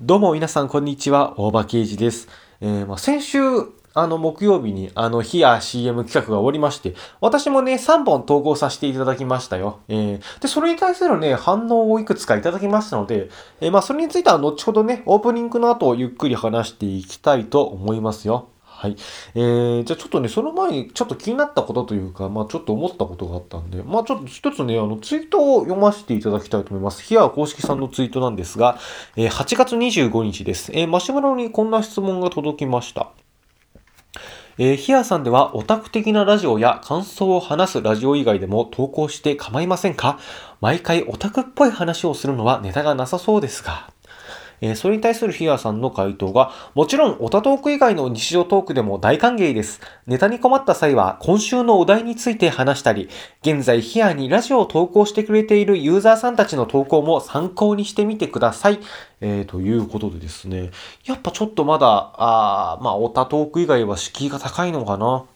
どうも皆さんこんにちは、大場啓二です。先週、木曜日にヒア CM 企画が終わりまして、私もね、3本投稿させていただきましたよ。で、それに対するね、反応をいくつかいただきましたので、それについては後ほどね、オープニングの後ゆっくり話していきたいと思いますよ。はい。じゃあちょっとね、その前にちょっと気になったことというか、ちょっと思ったことがあったんで、ちょっと一つね、ツイートを読ませていただきたいと思います。ヒア公式さんのツイートなんですが、8月25日です。マシュマロにこんな質問が届きました。ヒアさんではオタク的なラジオや感想を話すラジオ以外でも投稿して構いませんか？毎回オタクっぽい話をするのはネタがなさそうですが。それに対するヒアさんの回答が、もちろんオタトーク以外の日常トークでも大歓迎です。ネタに困った際は今週のお題について話したり、現在ヒアにラジオを投稿してくれているユーザーさんたちの投稿も参考にしてみてください。ということでですね、やっぱちょっとまだ、オタトーク以外は敷居が高いのかな。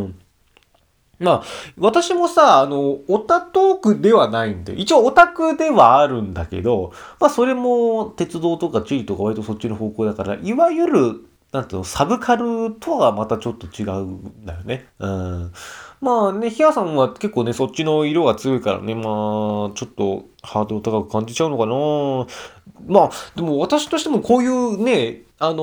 私もさ、オタトークではないんで、一応オタクではあるんだけど、それも鉄道とか地理とか割とそっちの方向だから、いわゆる、なんていうの、サブカルとはまたちょっと違うんだよね。ヒアさんは結構ね、そっちの色が強いからね、ちょっとハードル高く感じちゃうのかな。でも私としてもこういうね、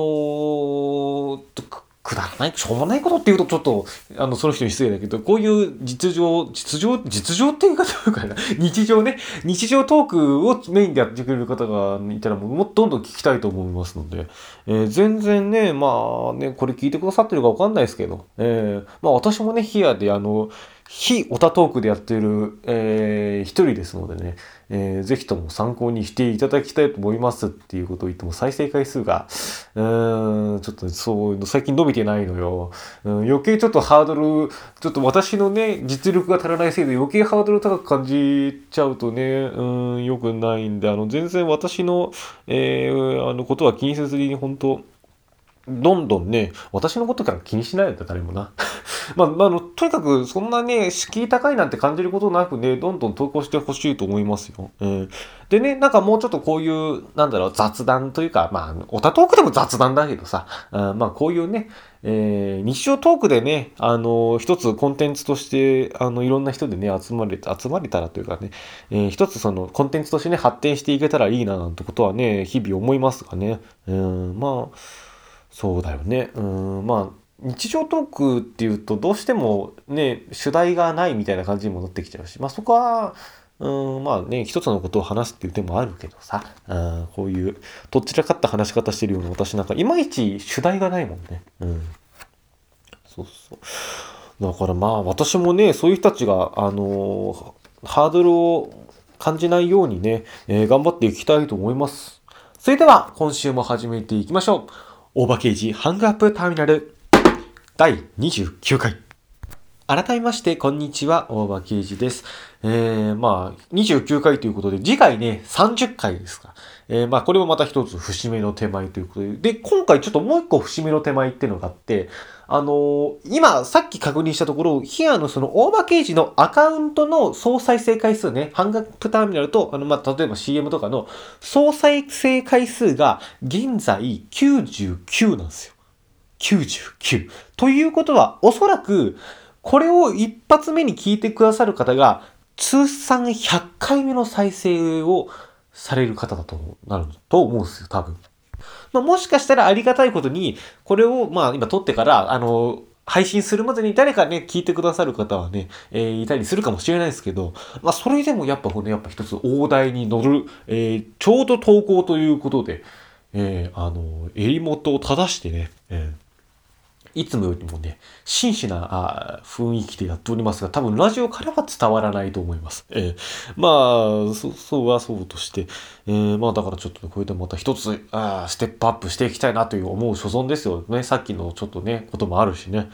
くだらない、しょうもないことって言うとちょっと、その人に失礼だけど、こういう実情っていうかどうかな、日常ね、日常トークをメインでやってくれる方がいたらもっとどんどん聞きたいと思いますので、全然ね、これ聞いてくださってるかわかんないですけど、私もね、ヒアで非オタトークでやっている、一人ですのでね、ぜひとも参考にしていただきたいと思いますっていうことを言っても再生回数が、ちょっとそう最近伸びてないのよ。余計ちょっとハードル、ちょっと私のね、実力が足らないせいで余計ハードル高く感じちゃうとね、良くないんで、全然私の、ことは気にせずに本当、どんどんね、私のことから気にしないんだ、誰もな。とにかく、そんなね、敷居高いなんて感じることなくね、どんどん投稿してほしいと思いますよ。でね、なんかもうちょっとこういう、雑談というか、オタトークでも雑談だけどさ、こういうね、日常トークでね、一つコンテンツとして、いろんな人でね、集まれたらというかね、一つそのコンテンツとしてね、発展していけたらいいな、なんてことはね、日々思いますがね。そうだよね。日常トークっていうとどうしてもね、主題がないみたいな感じにもなってきちゃうし、そこは、一つのことを話すっていう手もあるけどさ、こういう、どちらかった話し方してるような私なんか、いまいち主題がないもんね。そうそう。だから私もね、そういう人たちが、ハードルを感じないようにね、頑張っていきたいと思います。それでは、今週も始めていきましょう。大場刑事ハングアップターミナル第29回。改めまして、こんにちは、大場啓二です。29回ということで、次回ね、30回ですか。これもまた一つ節目の手前ということで、今回ちょっともう一個節目の手前っていうのがあって、今、さっき確認したところ、ヒアのその大場啓二のアカウントの総再生回数ね、ハンガップターミナルと、例えば CM とかの総再生回数が現在99なんですよ。99。ということは、おそらく、これを一発目に聞いてくださる方が、通算100回目の再生をされる方だとなると思うんですよ、多分。もしかしたらありがたいことに、これを、今撮ってから、配信するまでに誰かね、聞いてくださる方はね、いたりするかもしれないですけど、それでもやっぱ一つ大台に乗る、ちょうど投稿ということで、襟元を正してね、いつもよりもね、真摯な雰囲気でやっておりますが、多分ラジオからは伝わらないと思います。そうはそうとして、だからちょっとこれでまた一つステップアップしていきたいなという思う所存ですよね。さっきのちょっとね、こともあるしね。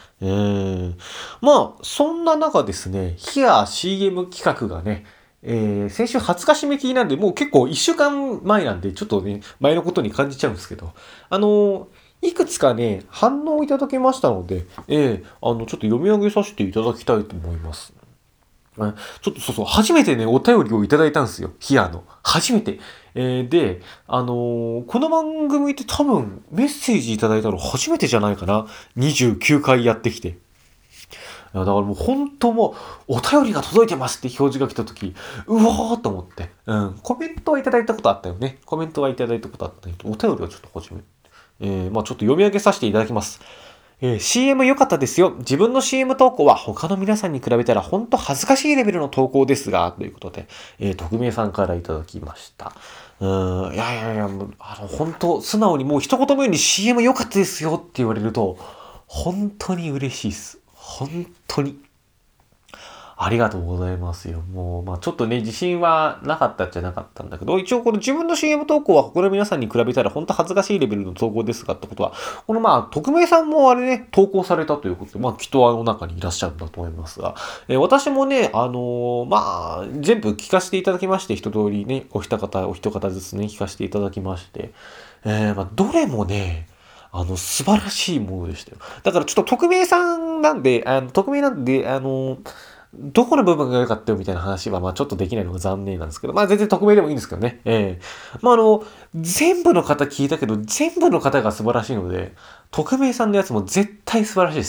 そんな中ですね、ヒア CM 企画がね、先週20日締め切りなんで、もう結構1週間前なんで、ちょっとね、前のことに感じちゃうんですけど、いくつかね、反応いただけましたので、ちょっと読み上げさせていただきたいと思います。 ちょっとそうそう、初めてね、お便りをいただいたんですよ。ヒアの。初めて。で、この番組って多分メッセージいただいたの初めてじゃないかな。29回やってきて。いやだからもう本当もう、お便りが届いてますって表示が来た時、うわーと思って。コメントはいただいたことあったよね。コメントはいただいたことあったけど、お便りはちょっと初めて。まあちょっと読み上げさせていただきます。CM 良かったですよ。自分の CM 投稿は他の皆さんに比べたら本当恥ずかしいレベルの投稿ですが、ということで、匿名さんからいただきました。いやいやいや、もう本当素直にもう一言目に CM 良かったですよって言われると、本当に嬉しいです。本当に。ありがとうございますよ。もう、まあちょっとね、自信はなかったっちゃなかったんだけど、一応この自分の CM 投稿は他の皆さんに比べたら本当恥ずかしいレベルの投稿ですがってことは、このまあ、匿名さんもあれね、投稿されたということで、まあきっとあの中にいらっしゃるんだと思いますが、私もね、まあ、全部聞かせていただきまして、一通りね、お一方ずつね、聞かせていただきまして、まあ、どれもね、素晴らしいものでしたよ。だからちょっと匿名さんなんで、匿名なんで、どこの部分が良かったよみたいな話は、まあちょっとできないのが残念なんですけど、まあ全然匿名でもいいんですけどね。まあ全部の方聞いたけど、全部の方が素晴らしいので、匿名さんのやつも絶対素晴らしいです。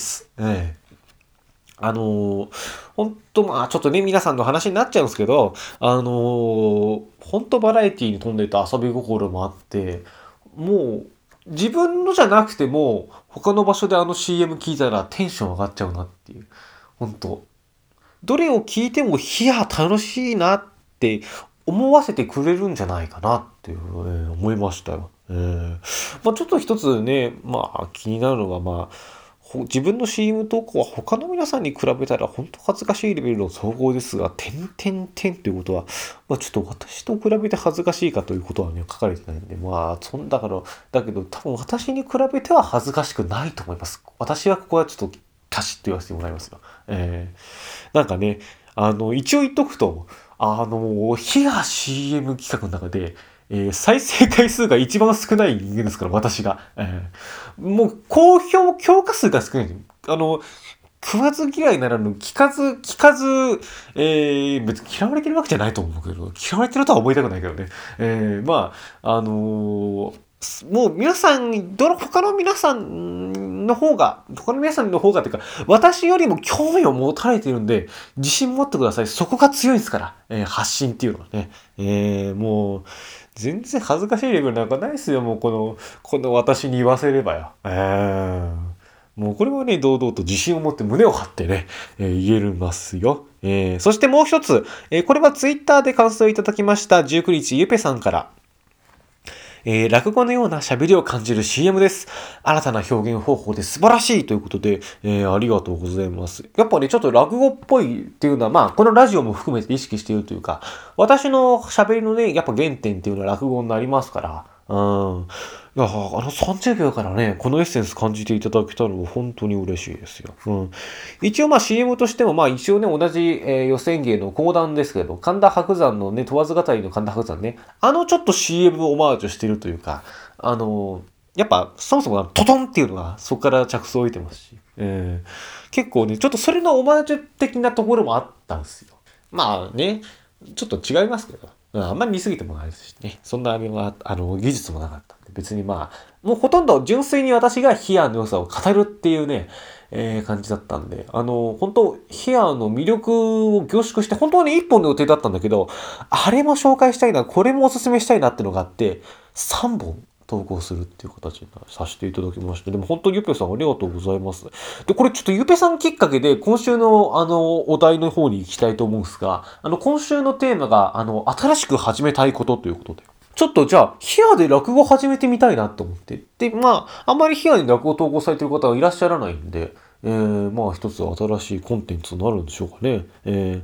本当まあちょっとね、皆さんの話になっちゃうんですけど、本当バラエティに富んでいた遊び心もあって、もう、自分のじゃなくても、他の場所でCM 聞いたらテンション上がっちゃうなっていう。本当どれを聞いても、いや、楽しいなって思わせてくれるんじゃないかなっていう、思いましたよ。まあちょっと一つね、まあ気になるのは、まあ、自分の CM 投稿は他の皆さんに比べたら本当恥ずかしいレベルの総合ですが、点ということは、まあちょっと私と比べて恥ずかしいかということはね、書かれてないんで、まあ、だから、だけど多分私に比べては恥ずかしくないと思います。私はここはちょっとカシッと言わせてもらいますよ。なんかね、一応言っとくと、ヒア CM 企画の中で、再生回数が一番少ない人間ですから、私が。もう、評価数が少ない。食わず嫌いならぬ、聞かず、別に嫌われてるわけじゃないと思うけど、嫌われてるとは思いたくないけどね。まあ、もう皆さん、他の皆さんの方がというか、私よりも興味を持たれているんで、自信持ってください。そこが強いですから、発信っていうのはね。もう、全然恥ずかしいレベルなんかないですよ。もうこの私に言わせればよ。もうこれはね、堂々と自信を持って胸を張ってね、言えますよ。そしてもう一つ、これはツイッターで感想をいただきました19日ゆぺさんから、落語のような喋りを感じる CM です。新たな表現方法で素晴らしいということで、ありがとうございます。やっぱね、ちょっと落語っぽいっていうのは、まあ、このラジオも含めて意識しているというか、私の喋りのね、やっぱ原点っていうのは落語になりますから、いや、30秒からね、このエッセンス感じていただけたのは本当に嬉しいですよ。一応まあ CM としても、まあ一応ね、同じ、予選芸の講談ですけど、神田伯山のね、問わず語りの神田伯山ね、ちょっと CM をオマージュしてるというか、やっぱそもそもトトンっていうのがそこから着想を得てますし、結構ね、ちょっとそれのオマージュ的なところもあったんですよ。まあね、ちょっと違いますけど、あんまり似すぎてもないですしね、そんな技術もなかった。別にまあ、もうほとんど純粋に私がヒアの良さを語るっていうね、感じだったんで、本当ヒアの魅力を凝縮して、本当に一本の予定だったんだけど、あれも紹介したいな、これもおすすめしたいなってのがあって、3本投稿するっていう形にさせていただきました。でも本当にゆぺさんありがとうございます。で、これちょっとゆぺさんきっかけで今週のお題の方に行きたいと思うんですが、今週のテーマが、新しく始めたいことということで。ちょっとじゃあ、ヒアで落語始めてみたいなと思って。で、まあ、あんまりヒアに落語投稿されてる方はいらっしゃらないんで、まあ一つ新しいコンテンツになるんでしょうかね。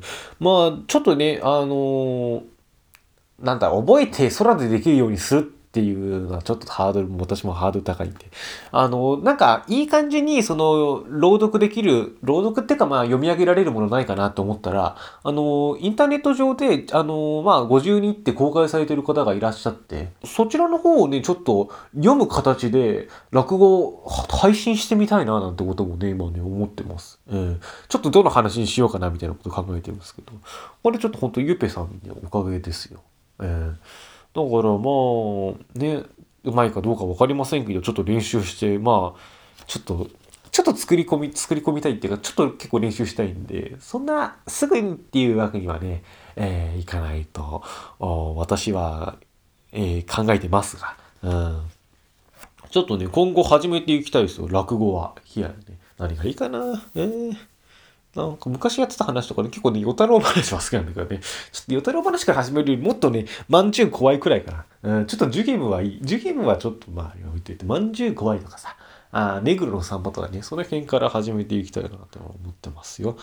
まあ、ちょっとね、覚えて空でできるようにするってっていうのはちょっと私もハードル高いんで。なんかいい感じに朗読っていうか読み上げられるものないかなと思ったら、インターネット上で、ご自由にって公開されている方がいらっしゃって、そちらの方をね、ちょっと読む形で落語を配信してみたいななんてこともね、今ね、思ってます。ちょっとどの話にしようかなみたいなことを考えてるんですけど、これちょっと本当ゆぺさんのおかげですよ。だからね、うまいかどうかわかりませんけど、ちょっと練習して、ちょっと作り込みたいっていうか、ちょっと結構練習したいんで、そんなすぐにっていうわけにはね、いかないと、私は、考えてますが、ちょっとね、今後始めていきたいですよ、落語は。いやね、何がいいかな。なんか昔やってた話とかね、結構ね、与太郎話は好きなんだけどね、ちょっと与太郎話から始めるよりもっとね、まんじゅう怖いくらいかな。ちょっと受験部はいい。受験部はちょっと置いといて、まんじゅう怖いとかさ、目黒の散歩とかね、その辺から始めていきたいなと思ってますよ。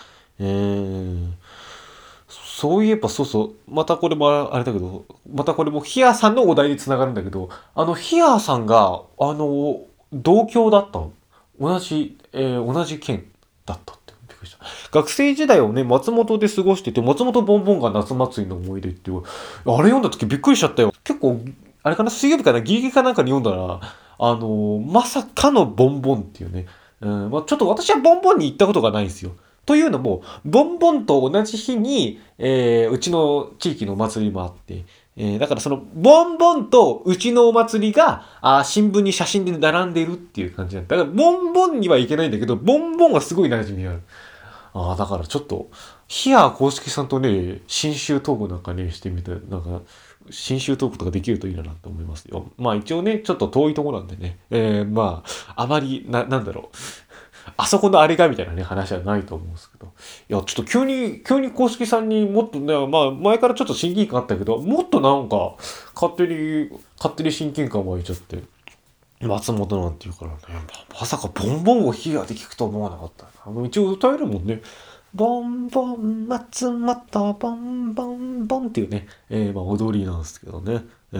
そういえばそうそう、またこれもあれだけど、またこれもヒアさんのお題につながるんだけど、ヒアさんが、同郷だったの。同じ県だったって。びっくりした。学生時代をね、松本で過ごしてて、松本ボンボンが夏祭りの思い出っていう、あれ読んだ時びっくりしちゃったよ。結構、あれかな、水曜日かな、ギリギリかなんかに読んだら、まさかのボンボンっていうね。ちょっと私はボンボンに行ったことがないんですよ。というのも、ボンボンと同じ日に、うちの地域のお祭りもあって、だからその、ボンボンとうちのお祭りが、新聞に写真で並んでいるっていう感じなんだ。だから、ボンボンには行けないんだけど、ボンボンはすごい馴染みがある。だからちょっと、ヒア公式さんとね、新州トークなんかね、してみて、なんか、新州トークとかできるといいなと思いますよ。一応ね、ちょっと遠いところなんでね、あまり、なんだろう。あそこのあれがみたいなね、話はないと思うんですけど。いや、ちょっと急に公式さんにもっとね、前からちょっと親近感あったけど、もっとなんか、勝手に親近感湧いちゃって、松本なんていうからね、まさかボンボンをヒアで聞くと思わなかった。一応歌えるもんね。ボンボン、松本、ボンボン、ボンっていうね、踊りなんですけどね。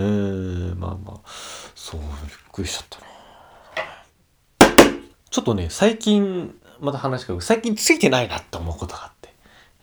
そう、びっくりしちゃったな。ちょっとね、最近、また話が最近ついてないなって思うことがあって。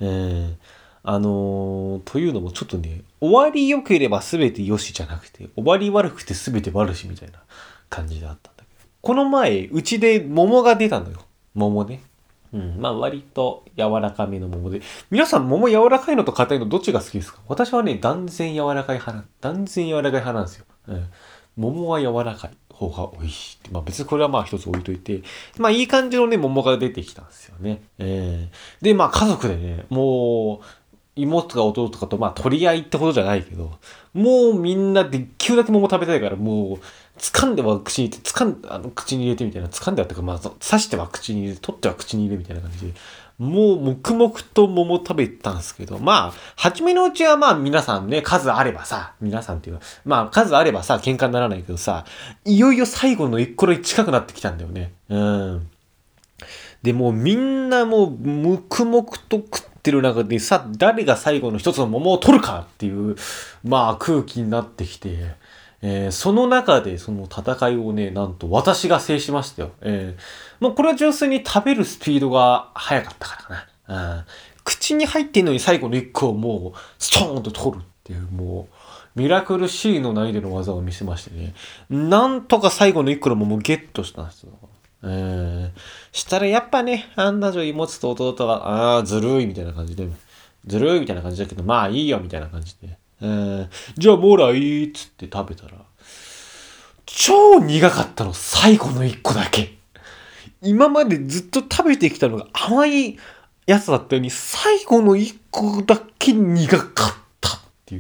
というのもちょっとね、終わり良ければ全て良しじゃなくて、終わり悪くて全て悪しみたいな感じであったんだけど。この前、うちで桃が出たのよ。桃ね。割と柔らかめの桃で。皆さん桃柔らかいのと硬いのどっちが好きですか？私はね、断然柔らかい派なんですよ。桃は柔らかい方が美味しいって。別にこれは一つ置いといて、いい感じのね、桃が出てきたんですよね。で、家族でね、もう、妹とか弟とかと取り合いってことじゃないけど、もうみんなできるだけ桃食べたいから、もう、掴んでは口に入れて、口に入れてみたいな、掴んではっていうか、刺しては口に入れて、取っては口に入れみたいな感じで、もう黙々と桃食べたんですけど、初めのうちは皆さんね、数あればさ、数あればさ、喧嘩にならないけどさ、いよいよ最後の一個の近くなってきたんだよね。で、もうみんなもう黙々と食ってる中でさ、誰が最後の一つの桃を取るかっていう、空気になってきて、その中でその戦いをね、なんと私が制しましたよ。もうこれは純粋に食べるスピードが速かったからかな。口に入ってんのに最後の一個をもうストーンと取るっていう、もうミラクル C の難易度の技を見せましてね。なんとか最後の一個の桃をゲットしたんですよ。したらやっぱね、案の定妹と弟が、ずるいみたいな感じで、ずるいみたいな感じだけど、いいよみたいな感じで。じゃあもらいっつって食べたら、超苦かったの、最後の一個だけ。今までずっと食べてきたのが甘いやつだったように、最後の一個だけ苦かったっていう。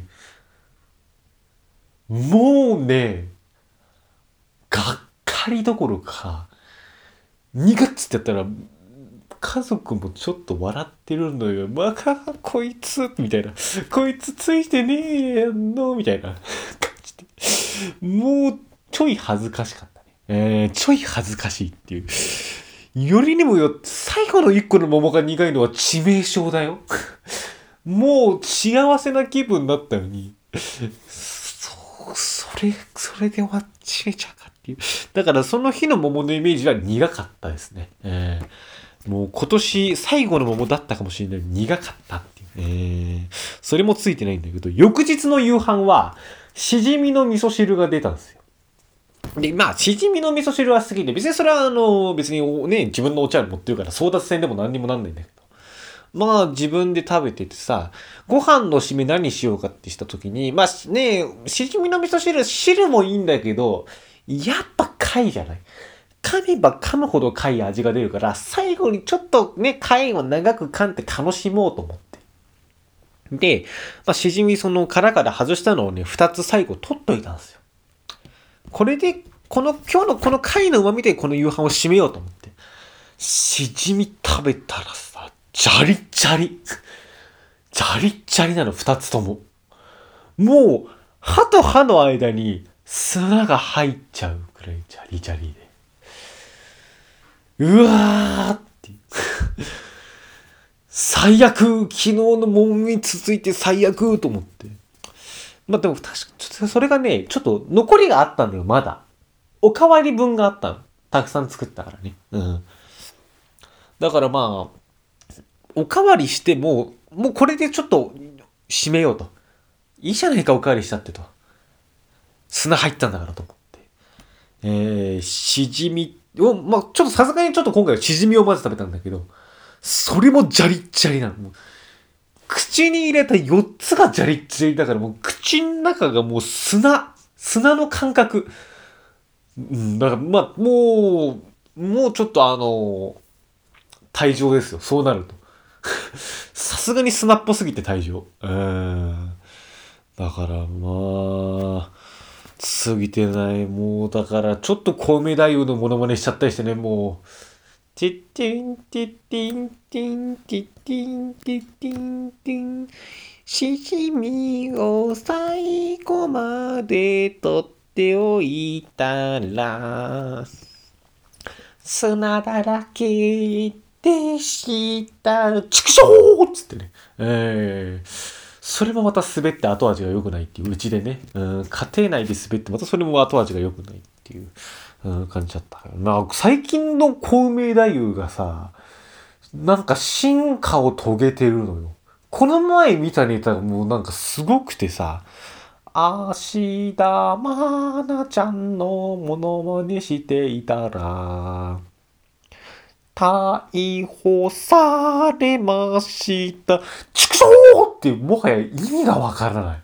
もうね、がっかりどころか、苦っつってやったら、家族もちょっと笑ってるのよ。こいつみたいな。こいつついてねえやんのみたいな感じで。もう、ちょい恥ずかしかったね。ちょい恥ずかしいっていう。よりにもよって、最後の一個の桃が苦いのは致命傷だよ。もう、幸せな気分だったのに。そそれで終わっちゃうかっていう。だからその日の桃のイメージは苦かったですね。もう今年最後の桃だったかもしれない。苦かったっていう。それもついてないんだけど、翌日の夕飯は、しじみの味噌汁が出たんですよ。で、まあ、しじみの味噌汁は好きで、別にそれは別にね、自分のお茶に持ってるから争奪戦でも何にもなんないんだけど。まあ、自分で食べててさ、ご飯の締め何しようかってした時に、まあね、しじみの味噌汁もいいんだけど、やっぱ貝じゃない。噛めば噛むほど貝味が出るから、最後にちょっとね、貝を長く噛んで楽しもうと思って。で、まあ、しじみその殻から外したのをね、二つ最後取っといたんですよ。これで、今日のこの貝の旨味でこの夕飯を締めようと思って。しじみ食べたらさ、ジャリジャリ。ジャリジャリなの、二つとも。もう、歯と歯の間に砂が入っちゃうくらいジャリジャリで。うわーっていう。最悪昨日のもみ続いて最悪と思って。まあでも確かそれがね、ちょっと残りがあったんだよ、まだ。おかわり分があったの。たくさん作ったからね。だからまあ、おかわりしてもうこれでちょっと締めようと。いいじゃないかおかわりしたってと。砂入ったんだからと思って。しじみを、まあちょっとさすがにちょっと今回はしじみをまず食べたんだけど、それもジャリッジャリなの。もう口に入れた4つがジャリッジャリだからもう口の中がもう砂の感覚。だからまあもうちょっと退場ですよ。そうなると。さすがに砂っぽすぎて退場。だからまあ、過ぎてない。もうだからちょっとコウメ太夫のモノマネしちゃったりしてね、もう。ティッティンティッティンティンティッティンティッティンティンしじみを最後まで取っておいたら砂だらけでしたチクショーっつってね。それもまた滑って後味が良くないっていううちでね、家庭内で滑ってまたそれも後味が良くないっていう感じだったから。まあ、最近のコウメ太夫がさ、なんか進化を遂げてるのよ。この前見たネタがもうなんかすごくてさ、芦田愛菜ちゃんのモノマネしていたら、逮捕されました。チクショーってもはや意味がわからない。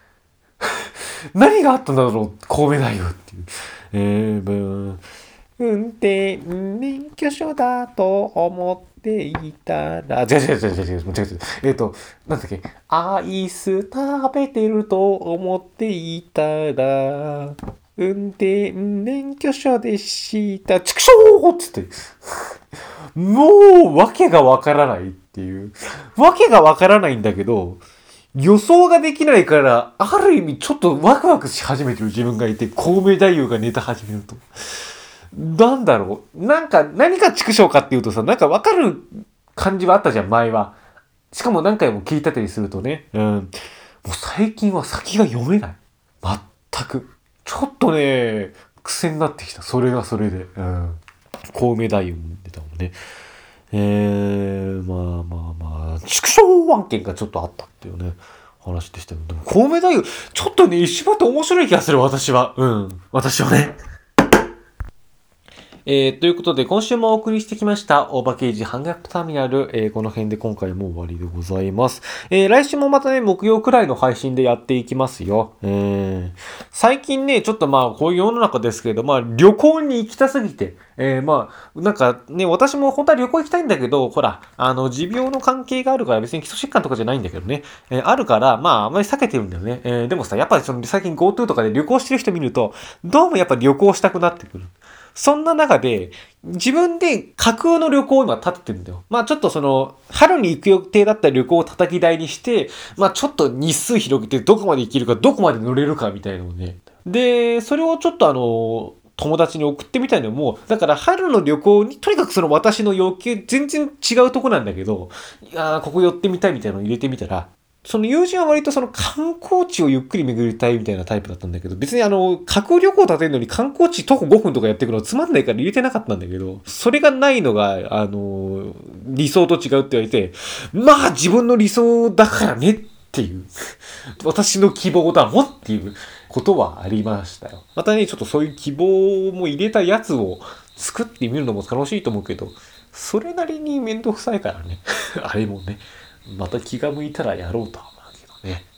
何があったんだろう、コウメ太夫っていう。運転免許証だと思っていたら、違う。なんだっけ、アイス食べてると思っていたら、運転免許証でした。チクショーっつって。もう、わけがわからないっていう。わけがわからないんだけど、予想ができないから、ある意味ちょっとワクワクし始めてる自分がいて、コウメ太夫がネタ始めると。なんだろう。なんか、何が畜生かっていうとさ、なんかわかる感じはあったじゃん、前は。しかも何回も聞いたりするとね。もう最近は先が読めない。全く。ちょっとね、癖になってきた。それがそれで。コウメ太夫のネタもね。まあ、畜生案件がちょっとあったっていうね、話でしたけど、でも、コウメ太夫、ちょっとね、一番って面白い気がする、私は。私はね。ということで、今週もお送りしてきました、大場刑事半額ターミナル、この辺で今回も終わりでございます。来週もまたね、木曜くらいの配信でやっていきますよ。最近ね、ちょっとまあ、こういう世の中ですけど、まあ、旅行に行きたすぎて、まあ、なんかね、私も本当は旅行行きたいんだけど、ほら、持病の関係があるから別に基礎疾患とかじゃないんだけどね、あるから、まあ、あんまり避けてるんだよね。でもさ、やっぱりその最近 GoTo とかで旅行してる人見ると、どうもやっぱ旅行したくなってくる。そんな中で、自分で架空の旅行を今立ててるんだよ。まあちょっとその、春に行く予定だった旅行を叩き台にして、まあちょっと日数広げてどこまで行けるか、どこまで乗れるかみたいなのをね。で、それをちょっと友達に送ってみたいのも、だから春の旅行に、とにかくその私の要求、全然違うとこなんだけど、ここ寄ってみたいみたいなのを入れてみたら、 その友人は割とその観光地をゆっくり巡りたいみたいなタイプだったんだけど、別に架空旅行立てるのに観光地徒歩5分とかやってくのつまんないから入れてなかったんだけど、それがないのが、理想と違うって言われて、まあ自分の理想だからねっていう、私の希望だもんっていうことはありましたよ。またね、ちょっとそういう希望も入れたやつを作ってみるのも楽しいと思うけど、それなりにめんどくさいからね。あれもね。また気が向いたらやろうとは思うけどね。